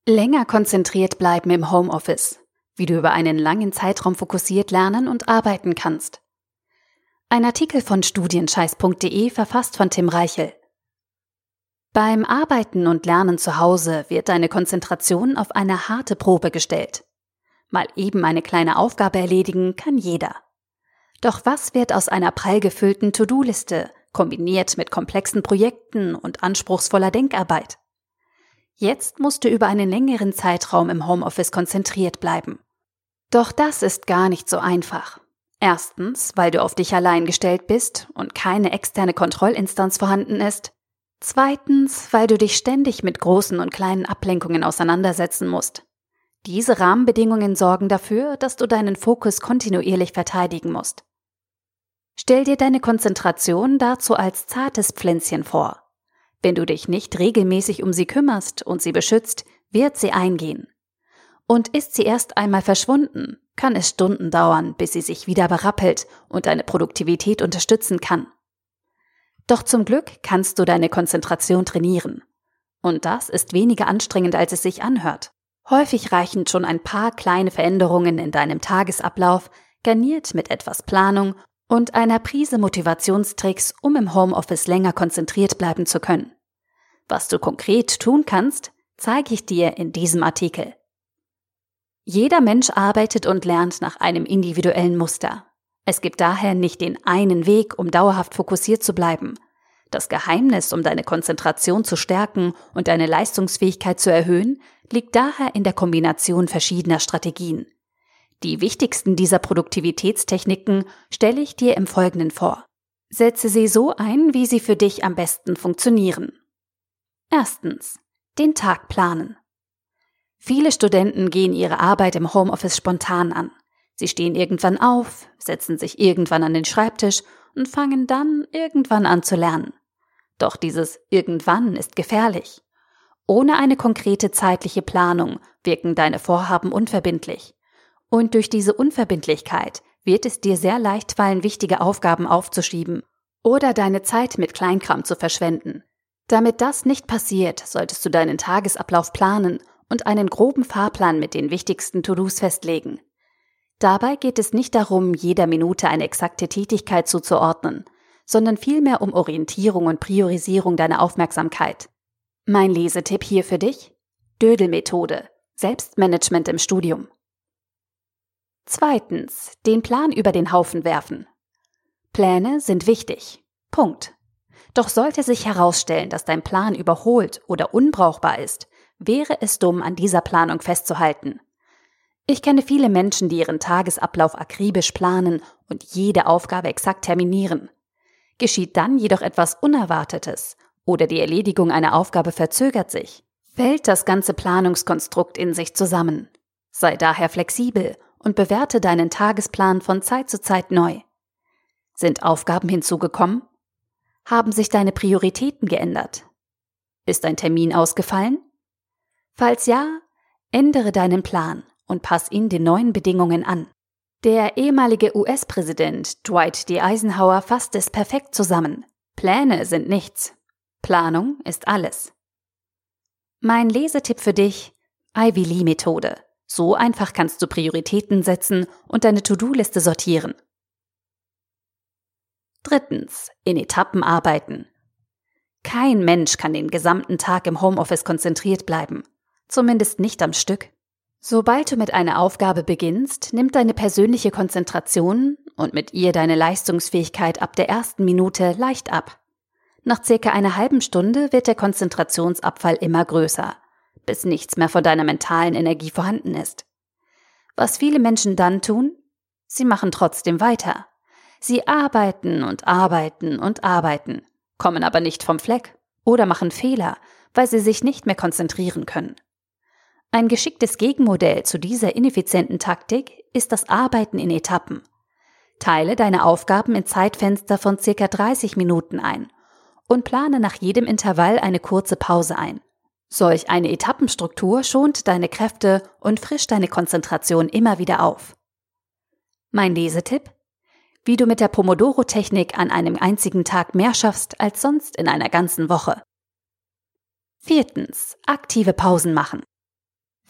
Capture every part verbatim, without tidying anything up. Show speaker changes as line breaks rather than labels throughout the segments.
Länger konzentriert bleiben im Homeoffice. Wie du über einen langen Zeitraum fokussiert lernen und arbeiten kannst. Ein Artikel von studienscheiß punkt de, verfasst von Tim Reichel. Beim Arbeiten und Lernen zu Hause wird deine Konzentration auf eine harte Probe gestellt. Mal eben eine kleine Aufgabe erledigen kann jeder. Doch was wird aus einer prall gefüllten To-Do-Liste, kombiniert mit komplexen Projekten und anspruchsvoller Denkarbeit? Jetzt musst du über einen längeren Zeitraum im Homeoffice konzentriert bleiben. Doch das ist gar nicht so einfach. Erstens, weil du auf dich allein gestellt bist und keine externe Kontrollinstanz vorhanden ist. Zweitens, weil du dich ständig mit großen und kleinen Ablenkungen auseinandersetzen musst. Diese Rahmenbedingungen sorgen dafür, dass du deinen Fokus kontinuierlich verteidigen musst. Stell dir deine Konzentration dazu als zartes Pflänzchen vor. Wenn du dich nicht regelmäßig um sie kümmerst und sie beschützt, wird sie eingehen. Und ist sie erst einmal verschwunden, kann es Stunden dauern, bis sie sich wieder berappelt und deine Produktivität unterstützen kann. Doch zum Glück kannst du deine Konzentration trainieren. Und das ist weniger anstrengend, als es sich anhört. Häufig reichen schon ein paar kleine Veränderungen in deinem Tagesablauf, garniert mit etwas Planung und einer Prise Motivationstricks, um im Homeoffice länger konzentriert bleiben zu können. Was du konkret tun kannst, zeige ich dir in diesem Artikel. Jeder Mensch arbeitet und lernt nach einem individuellen Muster. Es gibt daher nicht den einen Weg, um dauerhaft fokussiert zu bleiben. Das Geheimnis, um deine Konzentration zu stärken und deine Leistungsfähigkeit zu erhöhen, liegt daher in der Kombination verschiedener Strategien. Die wichtigsten dieser Produktivitätstechniken stelle ich dir im Folgenden vor. Setze sie so ein, wie sie für dich am besten funktionieren. Erstens, den Tag planen. Viele Studenten gehen ihre Arbeit im Homeoffice spontan an. Sie stehen irgendwann auf, setzen sich irgendwann an den Schreibtisch und fangen dann irgendwann an zu lernen. Doch dieses Irgendwann ist gefährlich. Ohne eine konkrete zeitliche Planung wirken deine Vorhaben unverbindlich. Und durch diese Unverbindlichkeit wird es dir sehr leicht fallen, wichtige Aufgaben aufzuschieben oder deine Zeit mit Kleinkram zu verschwenden. Damit das nicht passiert, solltest du deinen Tagesablauf planen und einen groben Fahrplan mit den wichtigsten To-Dos festlegen. Dabei geht es nicht darum, jeder Minute eine exakte Tätigkeit zuzuordnen, sondern vielmehr um Orientierung und Priorisierung deiner Aufmerksamkeit. Mein Lesetipp hier für dich: Dödel-Methode, Selbstmanagement im Studium. Zweitens, den Plan über den Haufen werfen. Pläne sind wichtig. Punkt. Doch sollte sich herausstellen, dass dein Plan überholt oder unbrauchbar ist, wäre es dumm, an dieser Planung festzuhalten. Ich kenne viele Menschen, die ihren Tagesablauf akribisch planen und jede Aufgabe exakt terminieren. Geschieht dann jedoch etwas Unerwartetes oder die Erledigung einer Aufgabe verzögert sich, fällt das ganze Planungskonstrukt in sich zusammen. Sei daher flexibel und bewerte deinen Tagesplan von Zeit zu Zeit neu. Sind Aufgaben hinzugekommen? Haben sich deine Prioritäten geändert? Ist ein Termin ausgefallen? Falls ja, ändere deinen Plan und pass ihn den neuen Bedingungen an. Der ehemalige U S-Präsident Dwight D. Eisenhower fasst es perfekt zusammen. Pläne sind nichts. Planung ist alles. Mein Lesetipp für dich: Ivy Lee-Methode. So einfach kannst du Prioritäten setzen und deine To-Do-Liste sortieren. Drittens, in Etappen arbeiten. Kein Mensch kann den gesamten Tag im Homeoffice konzentriert bleiben. Zumindest nicht am Stück. Sobald du mit einer Aufgabe beginnst, nimmt deine persönliche Konzentration und mit ihr deine Leistungsfähigkeit ab der ersten Minute leicht ab. Nach circa einer halben Stunde wird der Konzentrationsabfall immer größer, bis nichts mehr von deiner mentalen Energie vorhanden ist. Was viele Menschen dann tun? Sie machen trotzdem weiter. Sie arbeiten und arbeiten und arbeiten, kommen aber nicht vom Fleck oder machen Fehler, weil sie sich nicht mehr konzentrieren können. Ein geschicktes Gegenmodell zu dieser ineffizienten Taktik ist das Arbeiten in Etappen. Teile deine Aufgaben in Zeitfenster von circa dreißig Minuten ein und plane nach jedem Intervall eine kurze Pause ein. Solch eine Etappenstruktur schont deine Kräfte und frischt deine Konzentration immer wieder auf. Mein Lesetipp: Wie du mit der Pomodoro-Technik an einem einzigen Tag mehr schaffst als sonst in einer ganzen Woche. Viertens, aktive Pausen machen.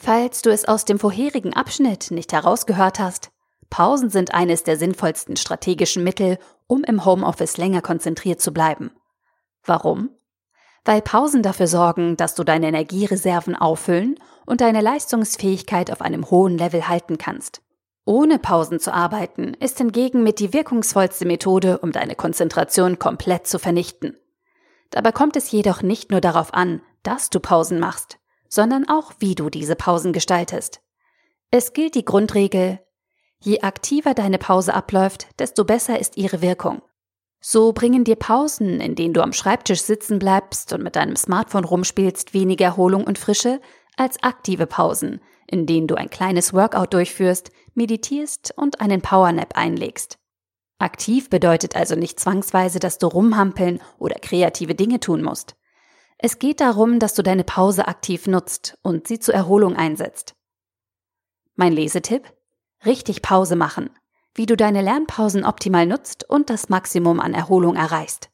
Falls du es aus dem vorherigen Abschnitt nicht herausgehört hast, Pausen sind eines der sinnvollsten strategischen Mittel, um im Homeoffice länger konzentriert zu bleiben. Warum? Weil Pausen dafür sorgen, dass du deine Energiereserven auffüllen und deine Leistungsfähigkeit auf einem hohen Level halten kannst. Ohne Pausen zu arbeiten, ist hingegen mit die wirkungsvollste Methode, um deine Konzentration komplett zu vernichten. Dabei kommt es jedoch nicht nur darauf an, dass du Pausen machst, sondern auch, wie du diese Pausen gestaltest. Es gilt die Grundregel: Je aktiver deine Pause abläuft, desto besser ist ihre Wirkung. So bringen dir Pausen, in denen du am Schreibtisch sitzen bleibst und mit deinem Smartphone rumspielst, weniger Erholung und Frische als aktive Pausen, in denen du ein kleines Workout durchführst, meditierst und einen Powernap einlegst. Aktiv bedeutet also nicht zwangsweise, dass du rumhampeln oder kreative Dinge tun musst. Es geht darum, dass du deine Pause aktiv nutzt und sie zur Erholung einsetzt. Mein Lesetipp: Richtig Pause machen. Wie du deine Lernpausen optimal nutzt und das Maximum an Erholung erreichst.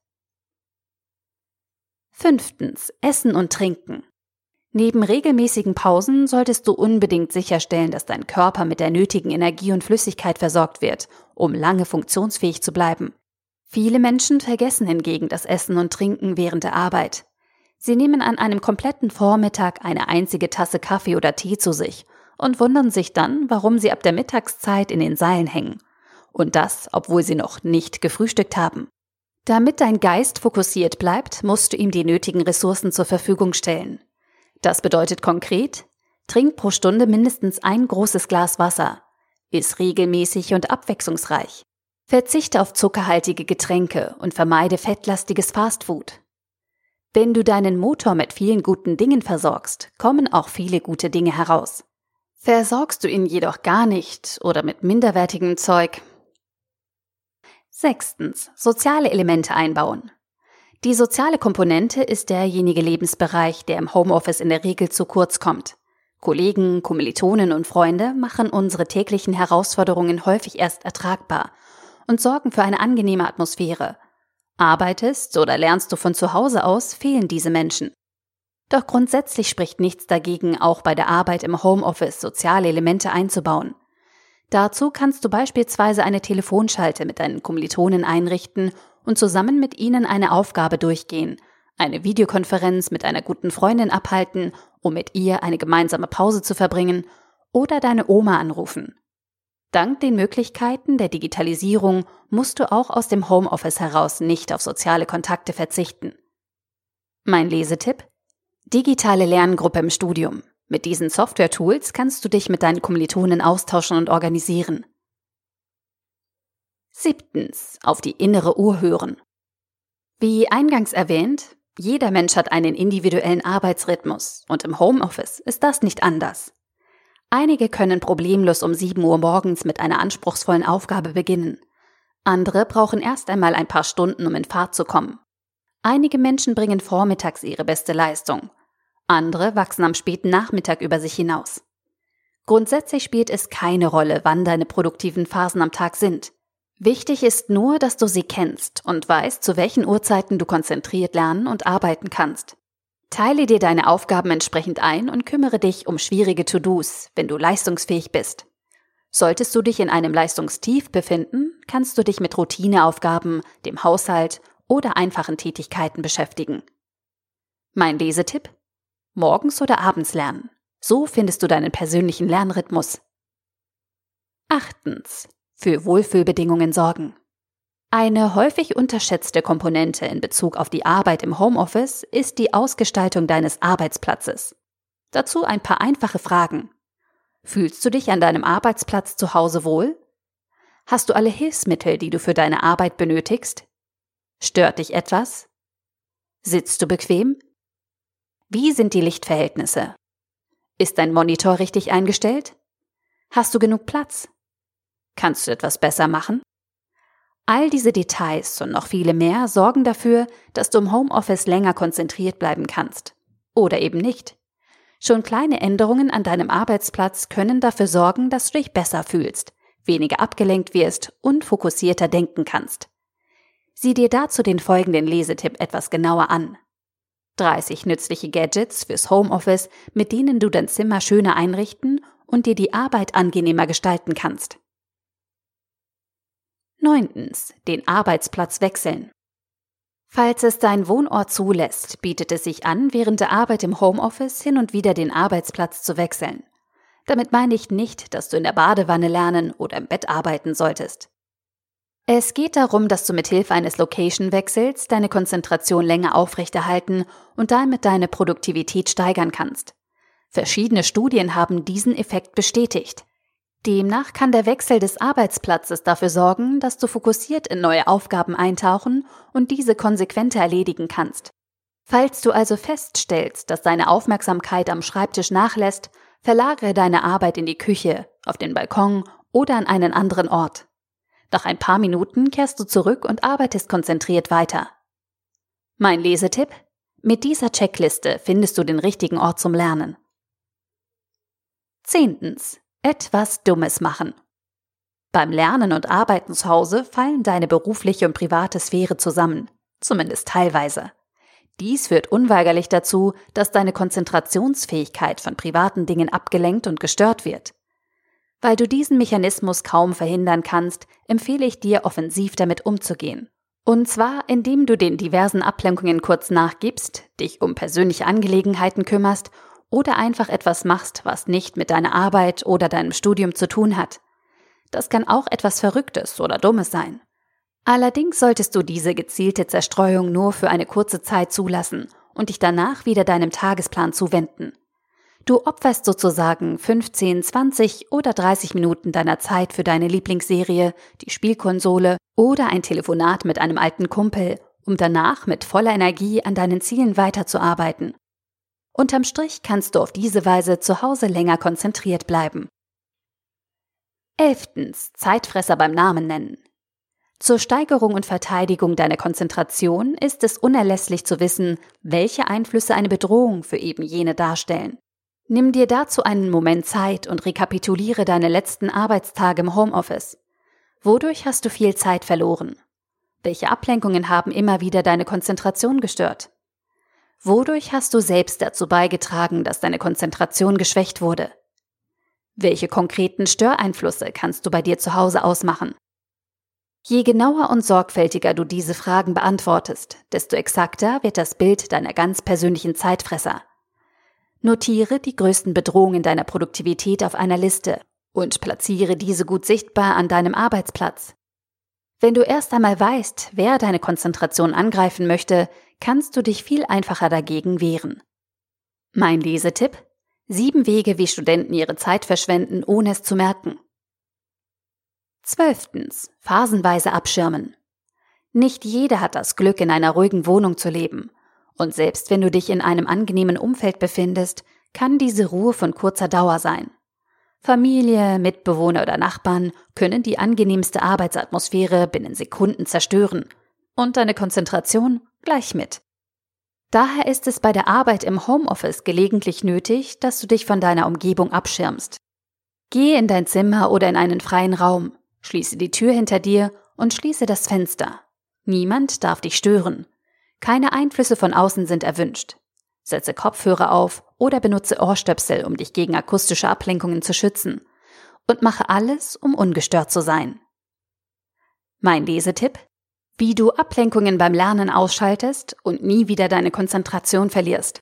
Fünftens. Essen und Trinken. Neben regelmäßigen Pausen solltest du unbedingt sicherstellen, dass dein Körper mit der nötigen Energie und Flüssigkeit versorgt wird, um lange funktionsfähig zu bleiben. Viele Menschen vergessen hingegen das Essen und Trinken während der Arbeit. Sie nehmen an einem kompletten Vormittag eine einzige Tasse Kaffee oder Tee zu sich und wundern sich dann, warum sie ab der Mittagszeit in den Seilen hängen. Und das, obwohl sie noch nicht gefrühstückt haben. Damit dein Geist fokussiert bleibt, musst du ihm die nötigen Ressourcen zur Verfügung stellen. Das bedeutet konkret: Trink pro Stunde mindestens ein großes Glas Wasser. Iss regelmäßig und abwechslungsreich. Verzichte auf zuckerhaltige Getränke und vermeide fettlastiges Fastfood. Wenn du deinen Motor mit vielen guten Dingen versorgst, kommen auch viele gute Dinge heraus. Versorgst du ihn jedoch gar nicht oder mit minderwertigem Zeug? Sechstens. Soziale Elemente einbauen. Die soziale Komponente ist derjenige Lebensbereich, der im Homeoffice in der Regel zu kurz kommt. Kollegen, Kommilitonen und Freunde machen unsere täglichen Herausforderungen häufig erst ertragbar und sorgen für eine angenehme Atmosphäre. Arbeitest oder lernst du von zu Hause aus, fehlen diese Menschen. Doch grundsätzlich spricht nichts dagegen, auch bei der Arbeit im Homeoffice soziale Elemente einzubauen. Dazu kannst du beispielsweise eine Telefonschalte mit deinen Kommilitonen einrichten und zusammen mit ihnen eine Aufgabe durchgehen, eine Videokonferenz mit einer guten Freundin abhalten, um mit ihr eine gemeinsame Pause zu verbringen, oder deine Oma anrufen. Dank den Möglichkeiten der Digitalisierung musst du auch aus dem Homeoffice heraus nicht auf soziale Kontakte verzichten. Mein Lesetipp: Digitale Lerngruppe im Studium. Mit diesen Software-Tools kannst du dich mit deinen Kommilitonen austauschen und organisieren. Siebtens. Auf die innere Uhr hören. Wie eingangs erwähnt, jeder Mensch hat einen individuellen Arbeitsrhythmus und im Homeoffice ist das nicht anders. Einige können problemlos um sieben Uhr morgens mit einer anspruchsvollen Aufgabe beginnen. Andere brauchen erst einmal ein paar Stunden, um in Fahrt zu kommen. Einige Menschen bringen vormittags ihre beste Leistung. Andere wachsen am späten Nachmittag über sich hinaus. Grundsätzlich spielt es keine Rolle, wann deine produktiven Phasen am Tag sind. Wichtig ist nur, dass du sie kennst und weißt, zu welchen Uhrzeiten du konzentriert lernen und arbeiten kannst. Teile dir deine Aufgaben entsprechend ein und kümmere dich um schwierige To-Dos, wenn du leistungsfähig bist. Solltest du dich in einem Leistungstief befinden, kannst du dich mit Routineaufgaben, dem Haushalt oder einfachen Tätigkeiten beschäftigen. Mein Lesetipp: Morgens oder abends lernen. So findest du deinen persönlichen Lernrhythmus. Achtens. Für Wohlfühlbedingungen sorgen. Eine häufig unterschätzte Komponente in Bezug auf die Arbeit im Homeoffice ist die Ausgestaltung deines Arbeitsplatzes. Dazu ein paar einfache Fragen. Fühlst du dich an deinem Arbeitsplatz zu Hause wohl? Hast du alle Hilfsmittel, die du für deine Arbeit benötigst? Stört dich etwas? Sitzt du bequem? Wie sind die Lichtverhältnisse? Ist dein Monitor richtig eingestellt? Hast du genug Platz? Kannst du etwas besser machen? All diese Details und noch viele mehr sorgen dafür, dass du im Homeoffice länger konzentriert bleiben kannst. Oder eben nicht. Schon kleine Änderungen an deinem Arbeitsplatz können dafür sorgen, dass du dich besser fühlst, weniger abgelenkt wirst und fokussierter denken kannst. Sieh dir dazu den folgenden Lesetipp etwas genauer an. dreißig nützliche Gadgets fürs Homeoffice, mit denen du dein Zimmer schöner einrichten und dir die Arbeit angenehmer gestalten kannst. Neuntens. Den Arbeitsplatz wechseln. Falls es dein Wohnort zulässt, bietet es sich an, während der Arbeit im Homeoffice hin und wieder den Arbeitsplatz zu wechseln. Damit meine ich nicht, dass du in der Badewanne lernen oder im Bett arbeiten solltest. Es geht darum, dass du mit Hilfe eines Location-Wechsels deine Konzentration länger aufrechterhalten und damit deine Produktivität steigern kannst. Verschiedene Studien haben diesen Effekt bestätigt. Demnach kann der Wechsel des Arbeitsplatzes dafür sorgen, dass du fokussiert in neue Aufgaben eintauchen und diese konsequenter erledigen kannst. Falls du also feststellst, dass deine Aufmerksamkeit am Schreibtisch nachlässt, verlagere deine Arbeit in die Küche, auf den Balkon oder an einen anderen Ort. Nach ein paar Minuten kehrst du zurück und arbeitest konzentriert weiter. Mein Lesetipp: Mit dieser Checkliste findest du den richtigen Ort zum Lernen. Zehntens. Etwas Dummes machen. Beim Lernen und Arbeiten zu Hause fallen deine berufliche und private Sphäre zusammen, zumindest teilweise. Dies führt unweigerlich dazu, dass deine Konzentrationsfähigkeit von privaten Dingen abgelenkt und gestört wird. Weil du diesen Mechanismus kaum verhindern kannst, empfehle ich dir, offensiv damit umzugehen. Und zwar, indem du den diversen Ablenkungen kurz nachgibst, dich um persönliche Angelegenheiten kümmerst oder einfach etwas machst, was nicht mit deiner Arbeit oder deinem Studium zu tun hat. Das kann auch etwas Verrücktes oder Dummes sein. Allerdings solltest du diese gezielte Zerstreuung nur für eine kurze Zeit zulassen und dich danach wieder deinem Tagesplan zuwenden. Du opferst sozusagen fünfzehn, zwanzig oder dreißig Minuten deiner Zeit für deine Lieblingsserie, die Spielkonsole oder ein Telefonat mit einem alten Kumpel, um danach mit voller Energie an deinen Zielen weiterzuarbeiten. Unterm Strich kannst du auf diese Weise zu Hause länger konzentriert bleiben. Elftens. Zeitfresser beim Namen nennen. Zur Steigerung und Verteidigung deiner Konzentration ist es unerlässlich zu wissen, welche Einflüsse eine Bedrohung für eben jene darstellen. Nimm dir dazu einen Moment Zeit und rekapituliere deine letzten Arbeitstage im Homeoffice. Wodurch hast du viel Zeit verloren? Welche Ablenkungen haben immer wieder deine Konzentration gestört? Wodurch hast du selbst dazu beigetragen, dass deine Konzentration geschwächt wurde? Welche konkreten Störeinflüsse kannst du bei dir zu Hause ausmachen? Je genauer und sorgfältiger du diese Fragen beantwortest, desto exakter wird das Bild deiner ganz persönlichen Zeitfresser. Notiere die größten Bedrohungen deiner Produktivität auf einer Liste und platziere diese gut sichtbar an deinem Arbeitsplatz. Wenn du erst einmal weißt, wer deine Konzentration angreifen möchte, kannst du dich viel einfacher dagegen wehren. Mein Lesetipp: Sieben Wege, wie Studenten ihre Zeit verschwenden, ohne es zu merken. Zwölftens. Phasenweise abschirmen. Nicht jeder hat das Glück, in einer ruhigen Wohnung zu leben. Und selbst wenn du dich in einem angenehmen Umfeld befindest, kann diese Ruhe von kurzer Dauer sein. Familie, Mitbewohner oder Nachbarn können die angenehmste Arbeitsatmosphäre binnen Sekunden zerstören und deine Konzentration gleich mit. Daher ist es bei der Arbeit im Homeoffice gelegentlich nötig, dass du dich von deiner Umgebung abschirmst. Gehe in dein Zimmer oder in einen freien Raum, schließe die Tür hinter dir und schließe das Fenster. Niemand darf dich stören. Keine Einflüsse von außen sind erwünscht. Setze Kopfhörer auf oder benutze Ohrstöpsel, um dich gegen akustische Ablenkungen zu schützen. Und mache alles, um ungestört zu sein. Mein Lesetipp: Wie du Ablenkungen beim Lernen ausschaltest und nie wieder deine Konzentration verlierst.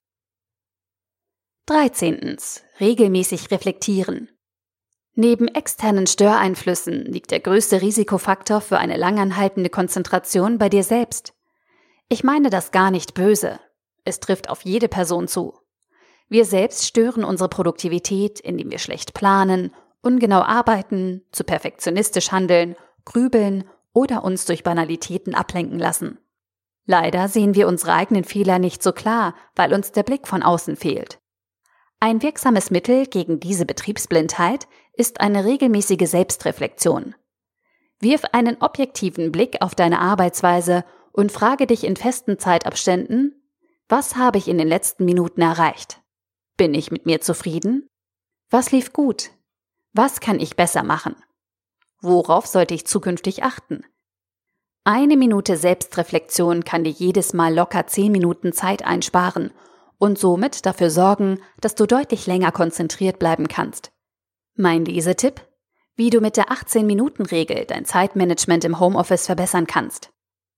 Dreizehntens. Regelmäßig reflektieren. Neben externen Störeinflüssen liegt der größte Risikofaktor für eine langanhaltende Konzentration bei dir selbst. Ich meine das gar nicht böse. Es trifft auf jede Person zu. Wir selbst stören unsere Produktivität, indem wir schlecht planen, ungenau arbeiten, zu perfektionistisch handeln, grübeln oder uns durch Banalitäten ablenken lassen. Leider sehen wir unsere eigenen Fehler nicht so klar, weil uns der Blick von außen fehlt. Ein wirksames Mittel gegen diese Betriebsblindheit ist eine regelmäßige Selbstreflexion. Wirf einen objektiven Blick auf deine Arbeitsweise und frage dich in festen Zeitabständen: Was habe ich in den letzten Minuten erreicht? Bin ich mit mir zufrieden? Was lief gut? Was kann ich besser machen? Worauf sollte ich zukünftig achten? Eine Minute Selbstreflexion kann dir jedes Mal locker zehn Minuten Zeit einsparen und somit dafür sorgen, dass du deutlich länger konzentriert bleiben kannst. Mein Lesetipp: Wie du mit der achtzehn-Minuten-Regel dein Zeitmanagement im Homeoffice verbessern kannst.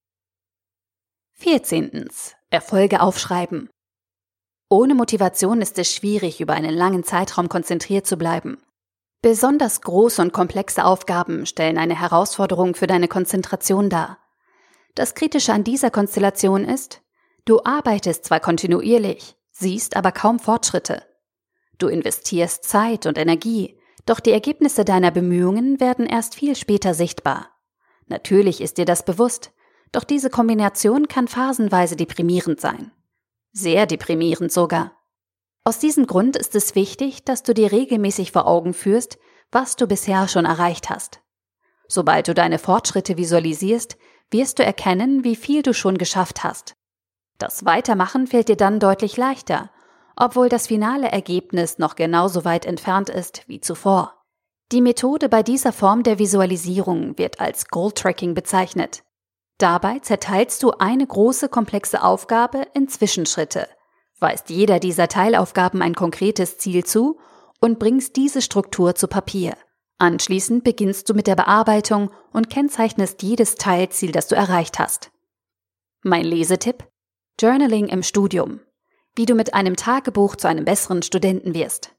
vierzehntens. Erfolge aufschreiben. Ohne Motivation ist es schwierig, über einen langen Zeitraum konzentriert zu bleiben. Besonders große und komplexe Aufgaben stellen eine Herausforderung für deine Konzentration dar. Das Kritische an dieser Konstellation ist: Du arbeitest zwar kontinuierlich, siehst aber kaum Fortschritte. Du investierst Zeit und Energie, doch die Ergebnisse deiner Bemühungen werden erst viel später sichtbar. Natürlich ist dir das bewusst, doch diese Kombination kann phasenweise deprimierend sein. Sehr deprimierend sogar. Aus diesem Grund ist es wichtig, dass du dir regelmäßig vor Augen führst, was du bisher schon erreicht hast. Sobald du deine Fortschritte visualisierst, wirst du erkennen, wie viel du schon geschafft hast. Das Weitermachen fällt dir dann deutlich leichter, obwohl das finale Ergebnis noch genauso weit entfernt ist wie zuvor. Die Methode bei dieser Form der Visualisierung wird als Goal-Tracking bezeichnet. Dabei zerteilst du eine große, komplexe Aufgabe in Zwischenschritte, weist jeder dieser Teilaufgaben ein konkretes Ziel zu und bringst diese Struktur zu Papier. Anschließend beginnst du mit der Bearbeitung und kennzeichnest jedes Teilziel, das du erreicht hast. Mein Lesetipp: Journaling im Studium. Wie du mit einem Tagebuch zu einem besseren Studenten wirst.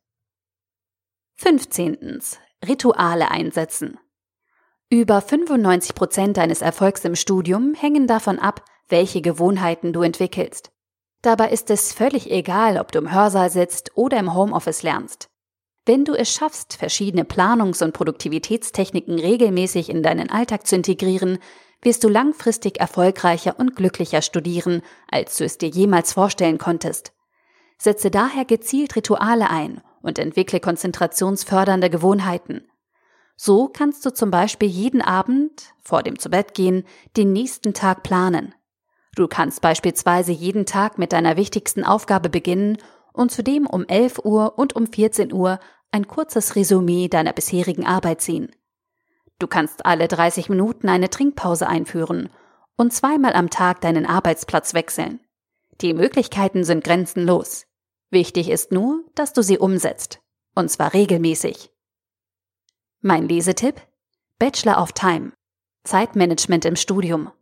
fünfzehntens. Rituale einsetzen. Über fünfundneunzig Prozent deines Erfolgs im Studium hängen davon ab, welche Gewohnheiten du entwickelst. Dabei ist es völlig egal, ob du im Hörsaal sitzt oder im Homeoffice lernst. Wenn du es schaffst, verschiedene Planungs- und Produktivitätstechniken regelmäßig in deinen Alltag zu integrieren, wirst du langfristig erfolgreicher und glücklicher studieren, als du es dir jemals vorstellen konntest. Setze daher gezielt Rituale ein und entwickle konzentrationsfördernde Gewohnheiten. So kannst du zum Beispiel jeden Abend, vor dem Zubettgehen, den nächsten Tag planen. Du kannst beispielsweise jeden Tag mit deiner wichtigsten Aufgabe beginnen und zudem um elf Uhr und um vierzehn Uhr ein kurzes Resümee deiner bisherigen Arbeit ziehen. Du kannst alle dreißig Minuten eine Trinkpause einführen und zweimal am Tag deinen Arbeitsplatz wechseln. Die Möglichkeiten sind grenzenlos. Wichtig ist nur, dass du sie umsetzt. Und zwar regelmäßig. Mein Lesetipp: Bachelor of Time. Zeitmanagement im Studium.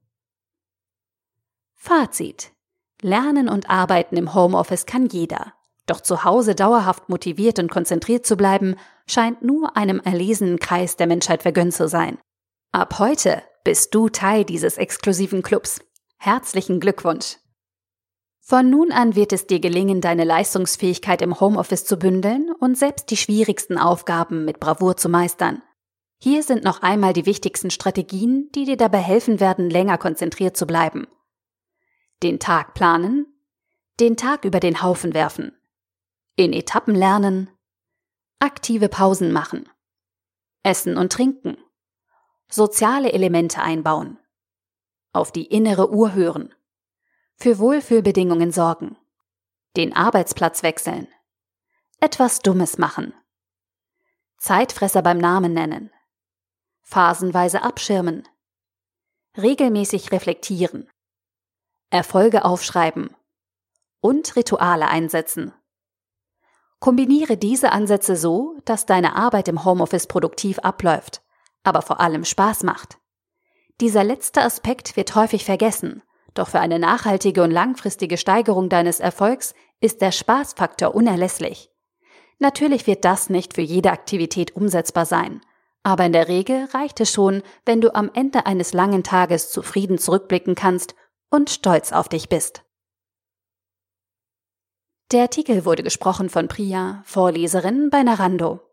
Fazit: Lernen und Arbeiten im Homeoffice kann jeder. Doch zu Hause dauerhaft motiviert und konzentriert zu bleiben, scheint nur einem erlesenen Kreis der Menschheit vergönnt zu sein. Ab heute bist du Teil dieses exklusiven Clubs. Herzlichen Glückwunsch! Von nun an wird es dir gelingen, deine Leistungsfähigkeit im Homeoffice zu bündeln und selbst die schwierigsten Aufgaben mit Bravour zu meistern. Hier sind noch einmal die wichtigsten Strategien, die dir dabei helfen werden, länger konzentriert zu bleiben. Den Tag planen, den Tag über den Haufen werfen, in Etappen lernen, aktive Pausen machen, essen und trinken, soziale Elemente einbauen, auf die innere Uhr hören, für Wohlfühlbedingungen sorgen, den Arbeitsplatz wechseln, etwas Dummes machen, Zeitfresser beim Namen nennen, phasenweise abschirmen, regelmäßig reflektieren, Erfolge aufschreiben und Rituale einsetzen. Kombiniere diese Ansätze so, dass deine Arbeit im Homeoffice produktiv abläuft, aber vor allem Spaß macht. Dieser letzte Aspekt wird häufig vergessen, doch für eine nachhaltige und langfristige Steigerung deines Erfolgs ist der Spaßfaktor unerlässlich. Natürlich wird das nicht für jede Aktivität umsetzbar sein, aber in der Regel reicht es schon, wenn du am Ende eines langen Tages zufrieden zurückblicken kannst und stolz auf dich bist. Der Artikel wurde gesprochen von Priya, Vorleserin bei Narando.